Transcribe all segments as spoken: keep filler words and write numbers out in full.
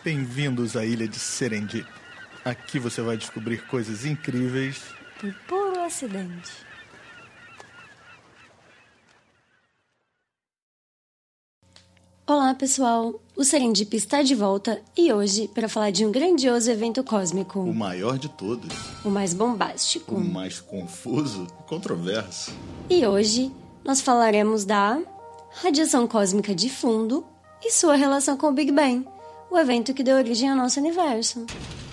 Bem-vindos à ilha de Serendip. Aqui você vai descobrir coisas incríveis por puro acidente. Olá, pessoal! O Serendip está de volta e hoje para falar de um grandioso evento cósmico. O maior de todos. O mais bombástico. O mais confuso e controverso. E hoje nós falaremos da radiação cósmica de fundo e sua relação com o Big Bang, o evento que deu origem ao nosso universo.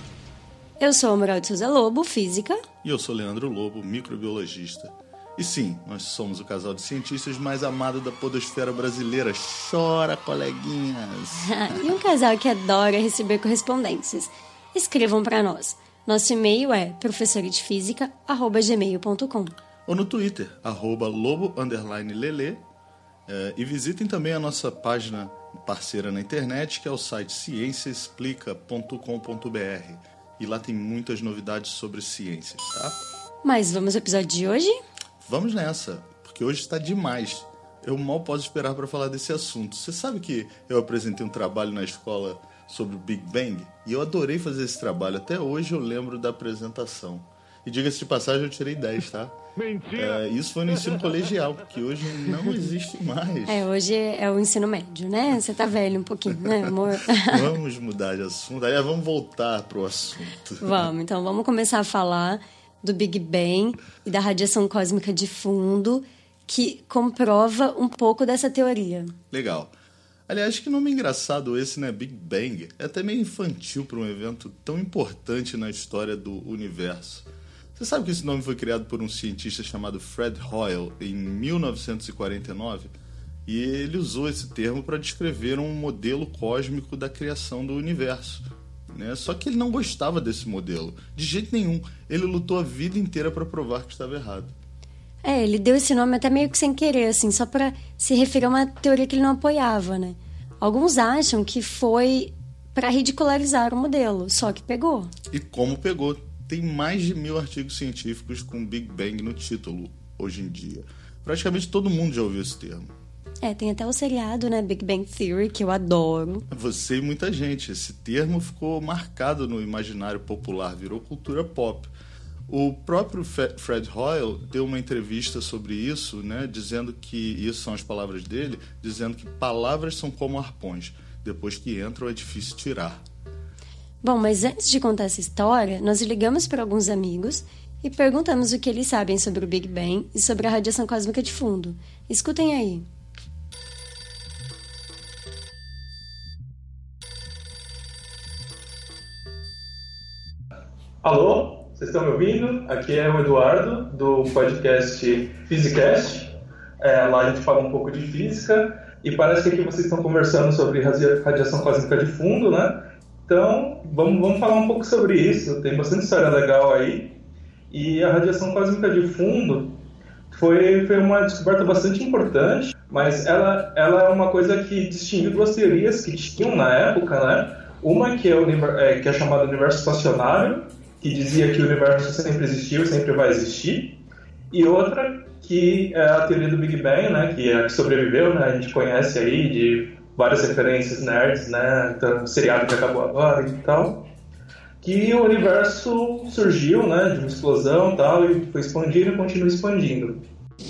Eu sou a Moral de Souza Lobo, física. E eu sou Leandro Lobo, microbiologista. E sim, nós somos o casal de cientistas mais amado da podosfera brasileira. Chora, coleguinhas! E um casal que adora receber correspondências. Escrevam para nós. Nosso e-mail é professoradefísica arroba gmail ponto com. Ou no Twitter, arroba lobo underline lelê. É, e visitem também a nossa página parceira na internet, que é o site ciência explica ponto com ponto b r. E lá tem muitas novidades sobre ciências, tá? Mas vamos ao episódio de hoje? Vamos nessa, porque hoje está demais. Eu mal posso esperar para falar desse assunto. Você sabe que eu apresentei um trabalho na escola sobre o Big Bang? E eu adorei fazer esse trabalho. Até hoje eu lembro da apresentação. E diga-se de passagem, eu tirei dez, tá? Mentira! É, isso foi no ensino colegial, que hoje não existe mais. É, hoje é o ensino médio, né? Você tá velho um pouquinho, né, amor? Vamos mudar de assunto. Aliás, vamos voltar pro assunto. Vamos, então vamos começar a falar do Big Bang e da radiação cósmica de fundo, que comprova um pouco dessa teoria. Legal. Aliás, que nome engraçado esse, né? Big Bang. É até meio infantil para um evento tão importante na história do universo. Você sabe que esse nome foi criado por um cientista chamado Fred Hoyle em mil novecentos e quarenta e nove? E ele usou esse termo para descrever um modelo cósmico da criação do universo. Né? Só que ele não gostava desse modelo, de jeito nenhum. Ele lutou a vida inteira para provar que estava errado. É, ele deu esse nome até meio que sem querer, assim, só para se referir a uma teoria que ele não apoiava, né? Alguns acham que foi para ridicularizar o modelo, só que pegou. E como pegou? Tem mais de mil artigos científicos com Big Bang no título, hoje em dia. Praticamente todo mundo já ouviu esse termo. É, tem até o seriado, né, Big Bang Theory, que eu adoro. Você e muita gente. Esse termo ficou marcado no imaginário popular, virou cultura pop. O próprio Fred Hoyle deu uma entrevista sobre isso, né, dizendo que, isso são as palavras dele, dizendo que palavras são como arpões. Depois que entram é difícil tirar. Bom, mas antes de contar essa história, nós ligamos para alguns amigos e perguntamos o que eles sabem sobre o Big Bang e sobre a radiação cósmica de fundo. Escutem aí. Alô? Vocês estão me ouvindo? Aqui é o Eduardo, do podcast Physicast. É, lá a gente fala um pouco de física e parece que aqui vocês estão conversando sobre radiação cósmica de fundo, né? Então, vamos, vamos falar um pouco sobre isso. Tem bastante história legal aí. E a radiação cósmica de fundo foi, foi uma descoberta bastante importante, mas ela, ela é uma coisa que distinguiu duas teorias que tinham na época, né? Uma que é, o, é, que é chamada universo estacionário, que dizia que o universo sempre existiu e sempre vai existir, e outra que é a teoria do Big Bang, né, que é a que sobreviveu, né, a gente conhece aí de várias referências nerds, né, então, o seriado que acabou agora e tal, que o universo surgiu, né, de uma explosão e tal, e foi expandindo e continua expandindo.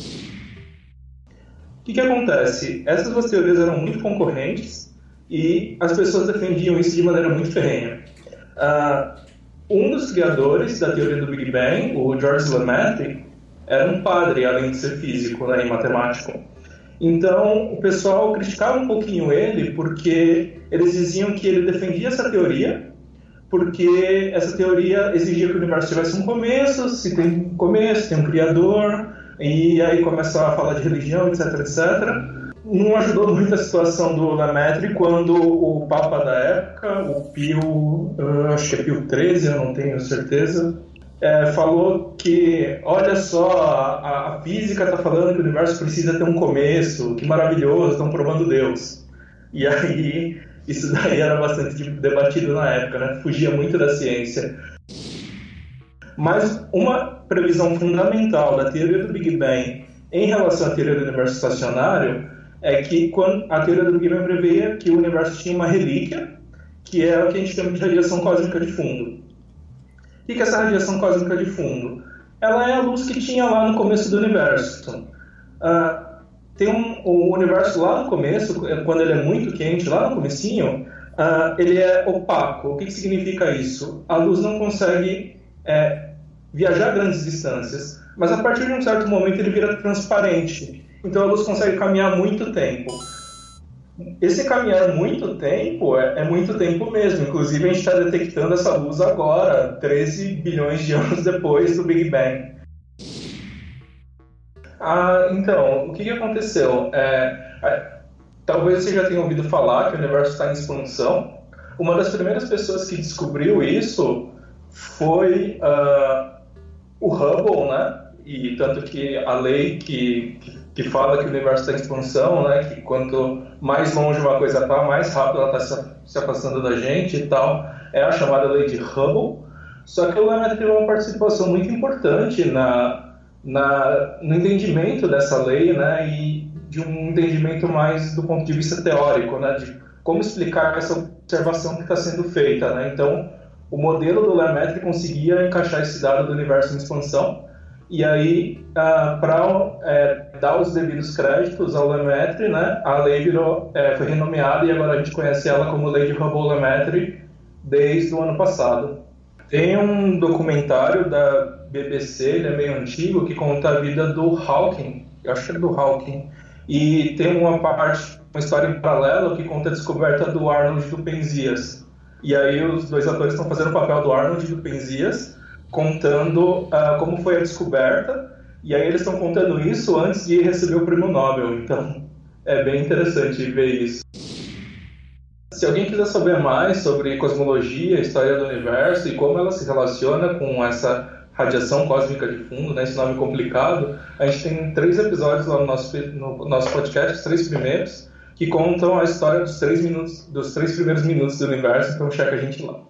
O que que acontece? Essas duas teorias eram muito concorrentes e as pessoas defendiam isso de maneira muito ferrenha. Uh, Um dos criadores da teoria do Big Bang, o George Lemaitre, era um padre, além de ser físico, né, e matemático. Então, o pessoal criticava um pouquinho ele, porque eles diziam que ele defendia essa teoria, porque essa teoria exigia que o universo tivesse um começo, se tem um começo, tem um criador, e aí começa a falar de religião, etc, etcétera. Não ajudou muito a situação do Lemaitre quando o Papa da época, o Pio, acho que é Pio treze, eu não tenho certeza, é, falou que, olha só, a, a física está falando que o universo precisa ter um começo, que maravilhoso, estão provando Deus. E aí, isso daí era bastante debatido na época, né? Fugia muito da ciência. Mas uma previsão fundamental da teoria do Big Bang em relação à teoria do universo estacionário é que quando a teoria do Big Bang previa que o universo tinha uma relíquia, que é o que a gente chama de radiação cósmica de fundo. O que é essa radiação cósmica de fundo? Ela é a luz que tinha lá no começo do universo. Uh, tem um, o universo lá no começo, quando ele é muito quente, lá no comecinho, uh, ele é opaco. O que, que significa isso? A luz não consegue é, viajar grandes distâncias, mas a partir de um certo momento ele vira transparente. Então a luz consegue caminhar muito tempo. Esse caminhar muito tempo é, é muito tempo mesmo. Inclusive a gente está detectando essa luz agora, treze bilhões de anos depois do Big Bang. Ah, então, o que, que aconteceu? É, é, talvez você já tenha ouvido falar que o universo está em expansão. Uma das primeiras pessoas que descobriu isso foi uh, o Hubble, né? E tanto que a lei que, que, que fala que o universo está em expansão, né? Que quanto mais longe uma coisa está, mais rápido ela está se, se afastando da gente e tal, é a chamada lei de Hubble. Só que o LEMATRE teve uma participação muito importante na, na, no entendimento dessa lei, né? E de um entendimento mais do ponto de vista teórico, né? De como explicar essa observação que está sendo feita, né? Então, o modelo do LEMATRE conseguia encaixar esse dado do universo em expansão. E aí, uh, para é, dar os devidos créditos ao LEMATRE, né, a lei virou, é, foi renomeada e agora a gente conhece ela como Lei de Hubble-LEMATRE desde o ano passado. Tem um documentário da B B C, ele é meio antigo, que conta a vida do Hawking, eu acho que é do Hawking, e tem uma parte, uma história em paralelo que conta a descoberta do Arnold do Penzias. E aí os dois atores estão fazendo o papel do Arnold e do Penzias, contando uh, como foi a descoberta, e aí eles estão contando isso antes de receber o prêmio Nobel, então é bem interessante ver isso. Se alguém quiser saber mais sobre cosmologia, história do universo e como ela se relaciona com essa radiação cósmica de fundo, né, esse nome complicado, a gente tem três episódios lá no nosso, no nosso podcast, os três primeiros, que contam a história dos três, minutos, dos três primeiros minutos do universo, então checa a gente lá.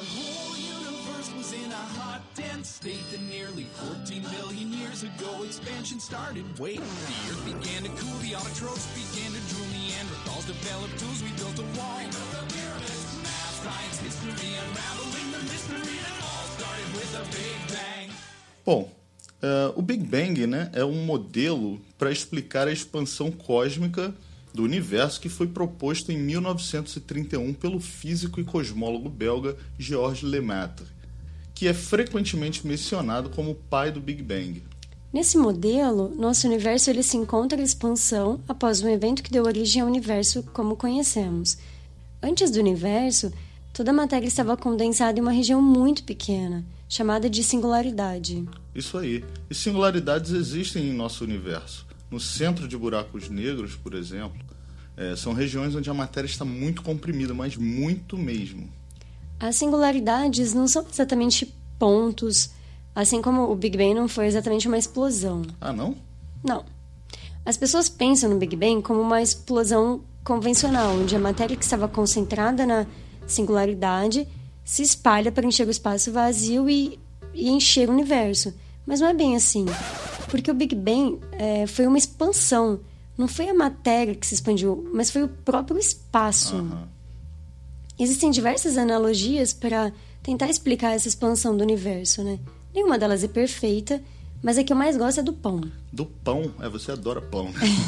Started waiting. The earth began to cool, the autotrophs began to drool, Neanderthals developed tools, we built a wall. We built the pyramids, math, science, history, unraveling the mystery that all started with a Big Bang. Bom, uh, o Big Bang, né, é um modelo para explicar a expansão cósmica do universo que foi proposto em mil novecentos e trinta e um pelo físico e cosmólogo belga Georges Lemaitre, que é frequentemente mencionado como o pai do Big Bang. Nesse modelo, nosso universo ele se encontra em expansão após um evento que deu origem ao universo como conhecemos. Antes do universo, toda a matéria estava condensada em uma região muito pequena, chamada de singularidade. Isso aí. E singularidades existem em nosso universo. No centro de buracos negros, por exemplo, é, são regiões onde a matéria está muito comprimida, mas muito mesmo. As singularidades não são exatamente pontos, assim como o Big Bang não foi exatamente uma explosão. Ah, não? Não. As pessoas pensam no Big Bang como uma explosão convencional, onde a matéria que estava concentrada na singularidade se espalha para encher o espaço vazio e, e encher o universo. Mas não é bem assim, porque o Big Bang é, foi uma expansão. Não foi a matéria que se expandiu, mas foi o próprio espaço. Uhum. Existem diversas analogias para tentar explicar essa expansão do universo, né? Nenhuma delas é perfeita, mas a que eu mais gosto é do pão. Do pão? É, você adora pão.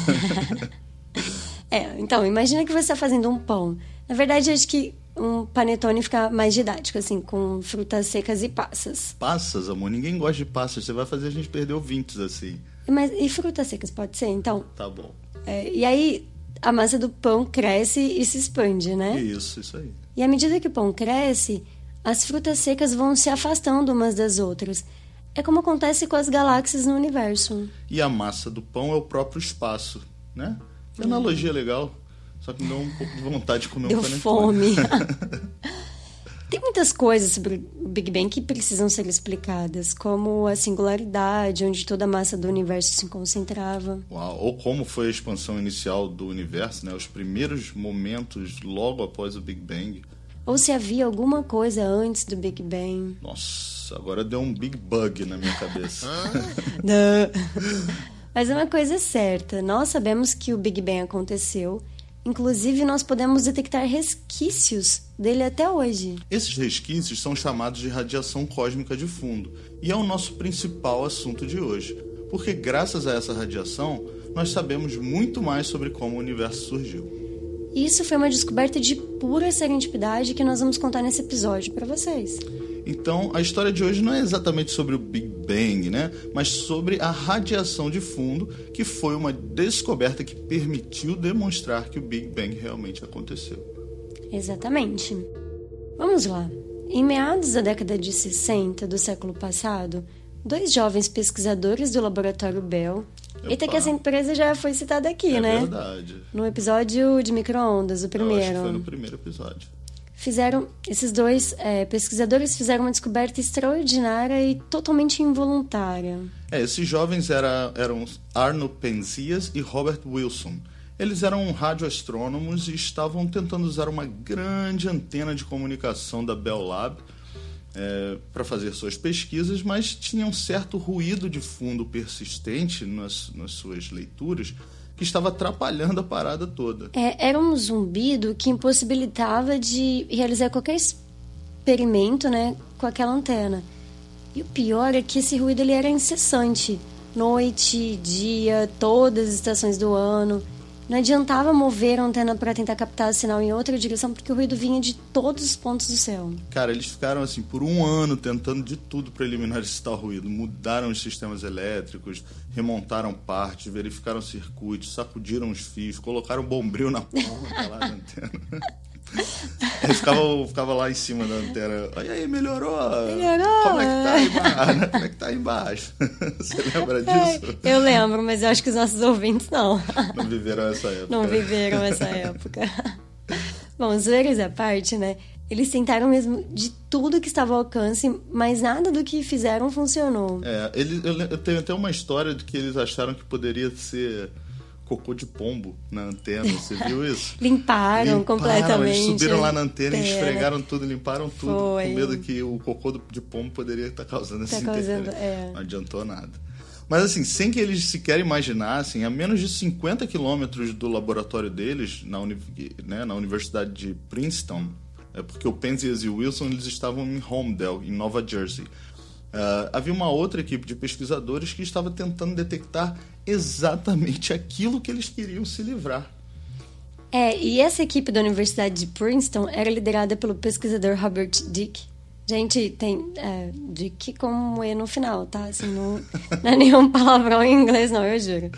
É, então, imagina que você está fazendo um pão. Na verdade, acho que um panetone fica mais didático, assim, com frutas secas e passas. Passas, amor? Ninguém gosta de passas. Você vai fazer a gente perder ouvintes, assim. Mas, e frutas secas, pode ser, então? Tá bom. É, e aí, a massa do pão cresce e se expande, né? Isso, isso aí. E à medida que o pão cresce, as frutas secas vão se afastando umas das outras. É como acontece com as galáxias no universo. E a massa do pão é o próprio espaço, né? Que analogia legal. Só que me deu um pouco de vontade de comer deu um panetone. Fome. Tem muitas coisas sobre o Big Bang que precisam ser explicadas, como a singularidade, onde toda a massa do universo se concentrava. Uau. Ou como foi a expansão inicial do universo, né? Os primeiros momentos logo após o Big Bang. Ou se havia alguma coisa antes do Big Bang. Nossa, agora deu um Big Bug na minha cabeça. Não. Mas uma coisa é certa, nós sabemos que o Big Bang aconteceu Inclusive, nós podemos detectar resquícios dele até hoje. Esses resquícios são chamados de radiação cósmica de fundo, e é o nosso principal assunto de hoje, porque graças a essa radiação, nós sabemos muito mais sobre como o universo surgiu. Isso foi uma descoberta de pura serendipidade que nós vamos contar nesse episódio para vocês. Então, a história de hoje não é exatamente sobre o Big Bang, né? Mas sobre a radiação de fundo, que foi uma descoberta que permitiu demonstrar que o Big Bang realmente aconteceu. Exatamente. Vamos lá. Em meados da década de sessenta do século passado, dois jovens pesquisadores do Laboratório Bell... Opa. Eita, que essa empresa já foi citada aqui, é né? É verdade. No episódio de micro-ondas, o primeiro. Eu acho que foi no primeiro episódio. Fizeram, esses dois é, pesquisadores fizeram uma descoberta extraordinária e totalmente involuntária. É, esses jovens era, eram Arno Penzias e Robert Wilson. Eles eram radioastrônomos e estavam tentando usar uma grande antena de comunicação da Bell Lab é, para fazer suas pesquisas, mas tinha um certo ruído de fundo persistente nas, nas suas leituras que estava atrapalhando a parada toda. É, era um zumbido que impossibilitava de realizar qualquer experimento, né, com aquela antena. E o pior é que esse ruído ele era incessante. Noite, dia, todas as estações do ano. Não adiantava mover a antena para tentar captar o sinal em outra direção, porque o ruído vinha de todos os pontos do céu. Cara, eles ficaram assim por um ano tentando de tudo para eliminar esse tal ruído. Mudaram os sistemas elétricos, remontaram partes, verificaram circuitos, sacudiram os fios, colocaram bombril na ponta lá da antena. Eles ficavam, ficavam lá em cima da antena. E aí, melhorou? Melhorou? Como é que tá aí embaixo? Como é que tá aí embaixo? Você lembra disso? É, eu lembro, mas eu acho que os nossos ouvintes não. Não viveram essa época. Não viveram essa época. Bom, zoeiras à parte, né? Eles tentaram mesmo de tudo que estava ao alcance, mas nada do que fizeram funcionou. É, ele, eu, eu tenho até uma história de que eles acharam que poderia ser cocô de pombo na antena, você viu isso? Limparam, limparam completamente. Eles subiram lá na antena e esfregaram tudo, limparam tudo, Foi. com medo que o cocô de pombo poderia estar causando essa tá interferência. É. Não adiantou nada. Mas assim, sem que eles sequer imaginassem, a menos de cinquenta quilômetros do laboratório deles, na, uni, né, na Universidade de Princeton, é porque o Penzias e o Wilson eles estavam em Holmdel, em Nova Jersey. Uh, havia uma outra equipe de pesquisadores que estava tentando detectar exatamente aquilo que eles queriam se livrar. É, e essa equipe da Universidade de Princeton era liderada pelo pesquisador Robert Dicke. Gente, tem é, Dicke como E no final, tá? Assim, não, não é nenhum palavrão em inglês, não, eu juro.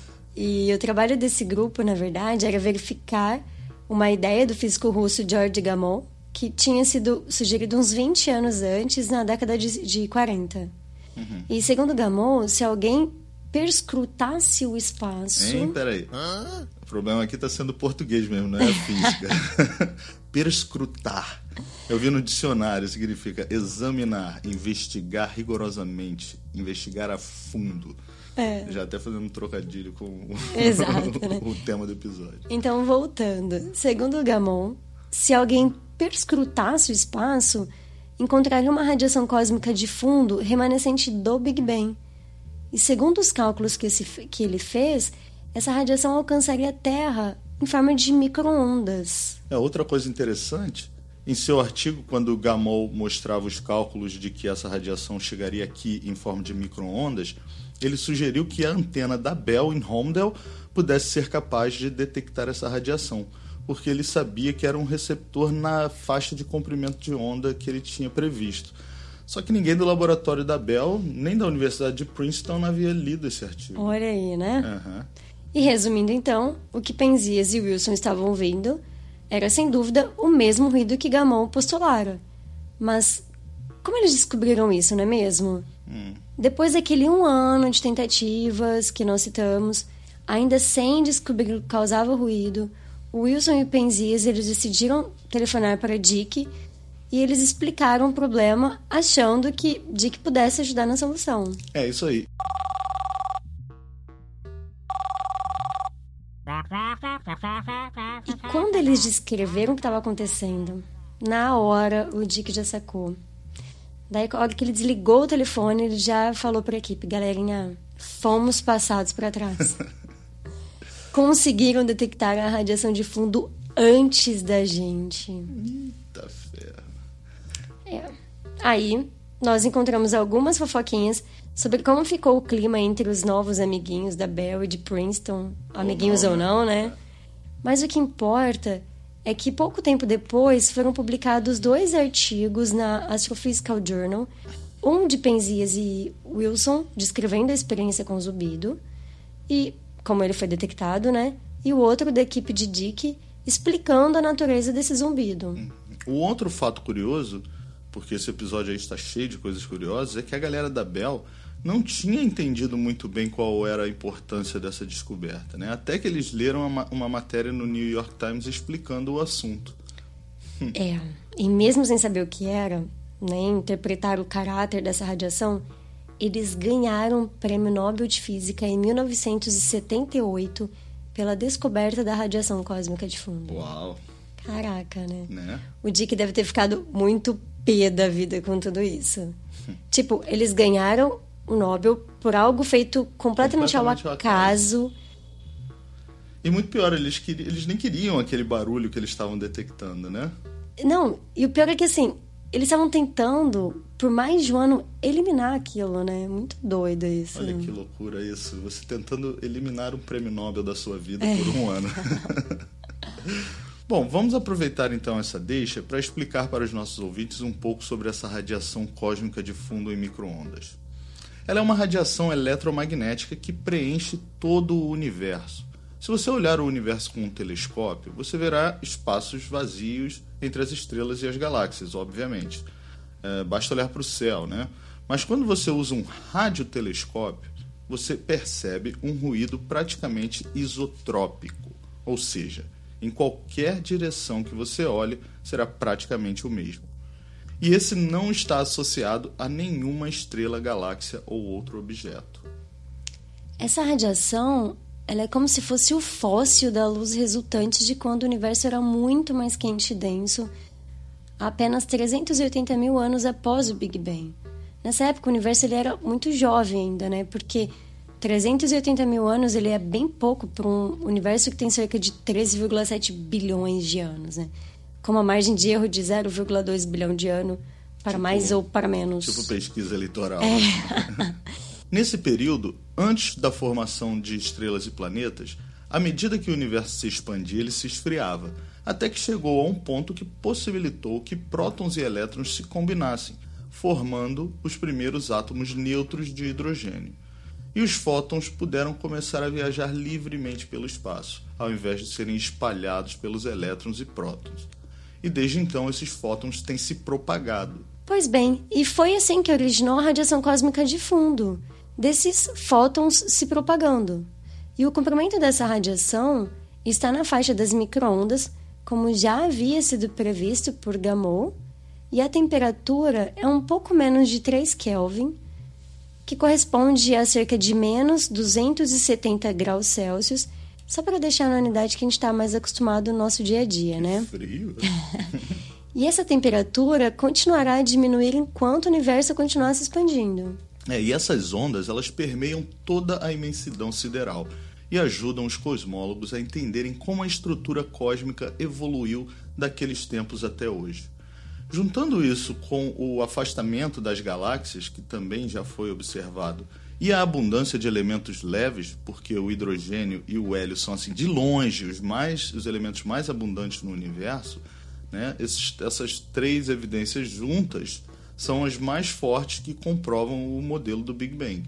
E o trabalho desse grupo, na verdade, era verificar uma ideia do físico russo George Gamow, que tinha sido sugerido uns vinte anos antes, na década de, de quarenta. Uhum. E segundo Gamow, se alguém perscrutasse o espaço... Hein, peraí. Ah? O problema aqui está sendo português mesmo, não é a física. Perscrutar. Eu vi no dicionário, significa examinar, investigar rigorosamente, investigar a fundo. É. Já até fazendo um trocadilho com o, Exato, né? o tema do episódio. Então, voltando. Segundo Gamow, se alguém perscrutasse o espaço, encontraria uma radiação cósmica de fundo remanescente do Big Bang. E segundo os cálculos que, esse, que ele fez, essa radiação alcançaria a Terra em forma de micro-ondas. É, outra coisa interessante, em seu artigo, quando Gamow mostrava os cálculos de que essa radiação chegaria aqui em forma de micro-ondas, ele sugeriu que a antena da Bell em Holmdel pudesse ser capaz de detectar essa radiação, porque ele sabia que era um receptor na faixa de comprimento de onda que ele tinha previsto. Só que ninguém do laboratório da Bell, nem da Universidade de Princeton, havia lido esse artigo. Olha aí, né? Uhum. E resumindo então, o que Penzias e Wilson estavam ouvindo era, sem dúvida, o mesmo ruído que Gamow postulara. Mas como eles descobriram isso, não é mesmo? Hum. Depois daquele um ano de tentativas que nós citamos, ainda sem descobrir o que causava o ruído, o Wilson e o Penzias, eles decidiram telefonar para Dicke e eles explicaram o problema, achando que Dicke pudesse ajudar na solução. É isso aí. E quando eles descreveram o que estava acontecendo, na hora o Dicke já sacou. Daí, a hora que ele desligou o telefone, ele já falou para a equipe: galerinha, fomos passados para trás. conseguiram detectar a radiação de fundo antes da gente. Eita ferro. É. Aí, nós encontramos algumas fofoquinhas sobre como ficou o clima entre os novos amiguinhos da Bell e de Princeton. Amiguinhos ou não, ou não, né? Mas o que importa é que pouco tempo depois foram publicados dois artigos na Astrophysical Journal, um de Penzias e Wilson, descrevendo a experiência com o zumbido, e como ele foi detectado, né? E o outro da equipe de Dick, explicando a natureza desse zumbido. O outro fato curioso, porque esse episódio aí está cheio de coisas curiosas, é que a galera da Bell não tinha entendido muito bem qual era a importância dessa descoberta, né? Até que eles leram uma, uma matéria no New York Times explicando o assunto. É, e mesmo sem saber o que era, né, interpretar o caráter dessa radiação, eles ganharam o Prêmio Nobel de Física em mil novecentos e setenta e oito pela descoberta da radiação cósmica de fundo. Uau! Caraca, né? né? O Dick deve ter ficado muito pé da vida com tudo isso. Tipo, eles ganharam o Nobel por algo feito completamente, completamente ao acaso. E muito pior, eles, queriam, eles nem queriam aquele barulho que eles estavam detectando, né? Não, e o pior é que assim, eles estavam tentando, por mais de um ano, eliminar aquilo, né? Muito doido isso. Olha que loucura isso. Você tentando eliminar um prêmio Nobel da sua vida é. por um ano. Bom, vamos aproveitar então essa deixa para explicar para os nossos ouvintes um pouco sobre essa radiação cósmica de fundo em micro-ondas. Ela é uma radiação eletromagnética que preenche todo o universo. Se você olhar o universo com um telescópio, você verá espaços vazios entre as estrelas e as galáxias, obviamente. É, basta olhar para o céu, né? Mas quando você usa um radiotelescópio, você percebe um ruído praticamente isotrópico, ou seja, em qualquer direção que você olhe, será praticamente o mesmo. E esse não está associado a nenhuma estrela, galáxia ou outro objeto. Essa radiação, ela é como se fosse o fóssil da luz resultante de quando o universo era muito mais quente e denso, apenas trezentos e oitenta mil anos após o Big Bang. Nessa época, o universo ele era muito jovem ainda, né? Porque trezentos e oitenta mil anos ele é bem pouco para um universo que tem cerca de treze vírgula sete bilhões de anos, né? Com uma margem de erro de zero vírgula dois bilhão de ano para tipo, mais ou para menos. Tipo pesquisa eleitoral. É. Nesse período, antes da formação de estrelas e planetas, à medida que o universo se expandia, ele se esfriava, até que chegou a um ponto que possibilitou que prótons e elétrons se combinassem, formando os primeiros átomos neutros de hidrogênio. E os fótons puderam começar a viajar livremente pelo espaço, ao invés de serem espalhados pelos elétrons e prótons. E desde então esses fótons têm se propagado. Pois bem, e foi assim que originou a radiação cósmica de fundo, desses fótons se propagando. E o comprimento dessa radiação está na faixa das micro-ondas, como já havia sido previsto por Gamow, e a temperatura é um pouco menos de três Kelvin, que corresponde a cerca de menos duzentos e setenta graus Celsius, só para deixar na unidade que a gente está mais acostumado no nosso dia a dia, né? Frio. E essa temperatura continuará a diminuir enquanto o universo continuar se expandindo. É, e essas ondas, elas permeiam toda a imensidão sideral e ajudam os cosmólogos a entenderem como a estrutura cósmica evoluiu daqueles tempos até hoje. Juntando isso com o afastamento das galáxias, que também já foi observado, e a abundância de elementos leves, porque o hidrogênio e o hélio são, assim, de longe, os, mais, os elementos mais abundantes no universo, né? Esses, essas três evidências juntas são as mais fortes que comprovam o modelo do Big Bang.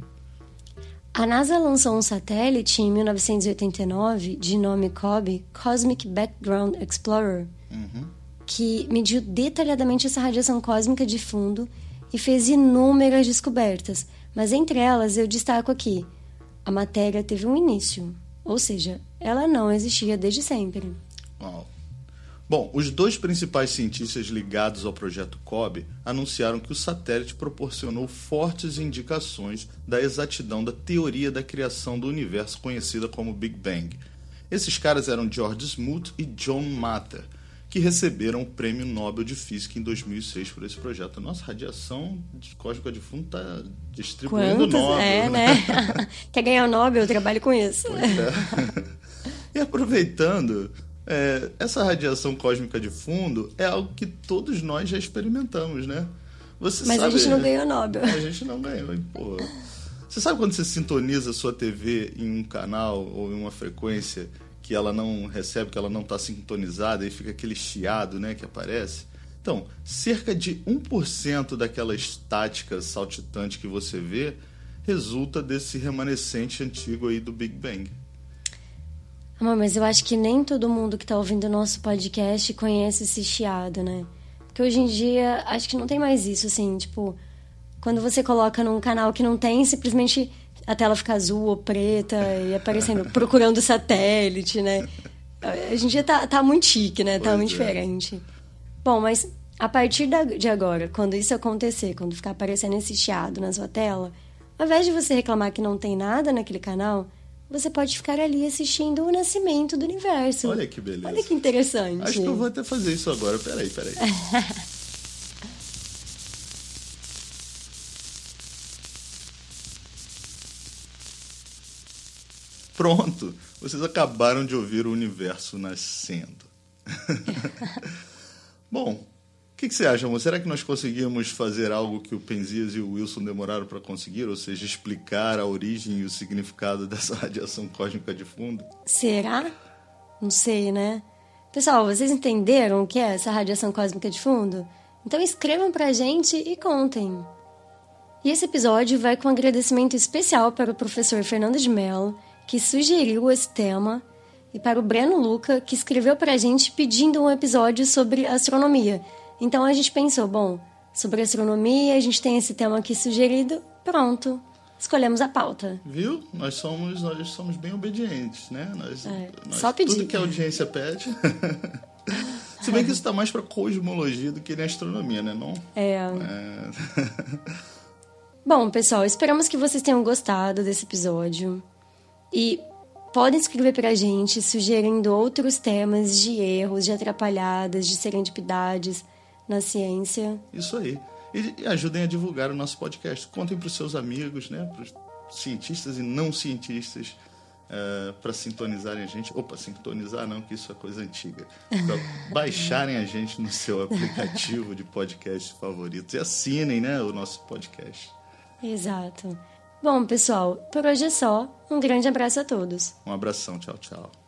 A NASA lançou um satélite em mil novecentos e oitenta e nove, de nome C O B, Cosmic Background Explorer, uhum. que mediu detalhadamente essa radiação cósmica de fundo e fez inúmeras descobertas. Mas entre elas eu destaco aqui, a matéria teve um início, ou seja, ela não existia desde sempre. Uau. Bom, os dois principais cientistas ligados ao projeto C O B anunciaram que o satélite proporcionou fortes indicações da exatidão da teoria da criação do universo conhecida como Big Bang. Esses caras eram George Smoot e John Mather, que receberam o Prêmio Nobel de Física em dois mil e seis por esse projeto. Nossa, radiação cósmica de fundo está distribuindo Quantos? Nobel. É, né? Quer ganhar o Nobel? Eu trabalho com isso. Pois é. E aproveitando, é, essa radiação cósmica de fundo é algo que todos nós já experimentamos, né? Você Mas sabe, a gente não ganhou Nobel. A gente não ganhou, hein, pô. Você sabe quando você sintoniza a sua T V em um canal ou em uma frequência que ela não recebe, que ela não está sintonizada e fica aquele chiado, né, que aparece? Então, cerca de um por cento daquela estática saltitante que você vê resulta desse remanescente antigo aí do Big Bang. Amor, mas eu acho que nem todo mundo que tá ouvindo o nosso podcast conhece esse chiado, né? Porque hoje em dia, acho que não tem mais isso, assim, tipo... Quando você coloca num canal que não tem, simplesmente a tela fica azul ou preta e aparecendo, procurando satélite, né? Hoje em dia tá, tá muito chique, né? Tá Pois muito é. diferente. Bom, mas a partir da, de agora, quando isso acontecer, quando ficar aparecendo esse chiado na sua tela, ao invés de você reclamar que não tem nada naquele canal, você pode ficar ali assistindo o nascimento do universo. Olha que beleza. Olha que interessante. Acho que eu vou até fazer isso agora. Peraí, peraí. Pronto, vocês acabaram de ouvir o universo nascendo. Bom, o que, que você acha, amor? Será que nós conseguimos fazer algo que o Penzias e o Wilson demoraram para conseguir? Ou seja, explicar a origem e o significado dessa radiação cósmica de fundo? Será? Não sei, né? Pessoal, vocês entenderam o que é essa radiação cósmica de fundo? Então escrevam pra gente e contem. E esse episódio vai com um agradecimento especial para o professor Fernando de Mello, que sugeriu esse tema, e para o Breno Luca, que escreveu pra gente pedindo um episódio sobre astronomia. Então a gente pensou, bom, sobre astronomia, a gente tem esse tema aqui sugerido, pronto, escolhemos a pauta. Viu? Nós somos, nós somos bem obedientes, né? Nós, É, nós, só pedir. Tudo que a audiência pede. Se bem que isso está mais para cosmologia do que na astronomia, né? Não? É... É... Bom, pessoal, esperamos que vocês tenham gostado desse episódio. E podem escrever pra gente sugerindo outros temas de erros, de atrapalhadas, de serendipidades na ciência. Isso aí. E, e ajudem a divulgar o nosso podcast. Contem para os seus amigos, né? Para os cientistas e não cientistas, uh, para sintonizarem a gente. Opa, sintonizar não, que isso é coisa antiga. Para baixarem a gente no seu aplicativo de podcast favorito. E assinem, né, o nosso podcast. Exato. Bom, pessoal, por hoje é só. Um grande abraço a todos. Um abração. Tchau, tchau.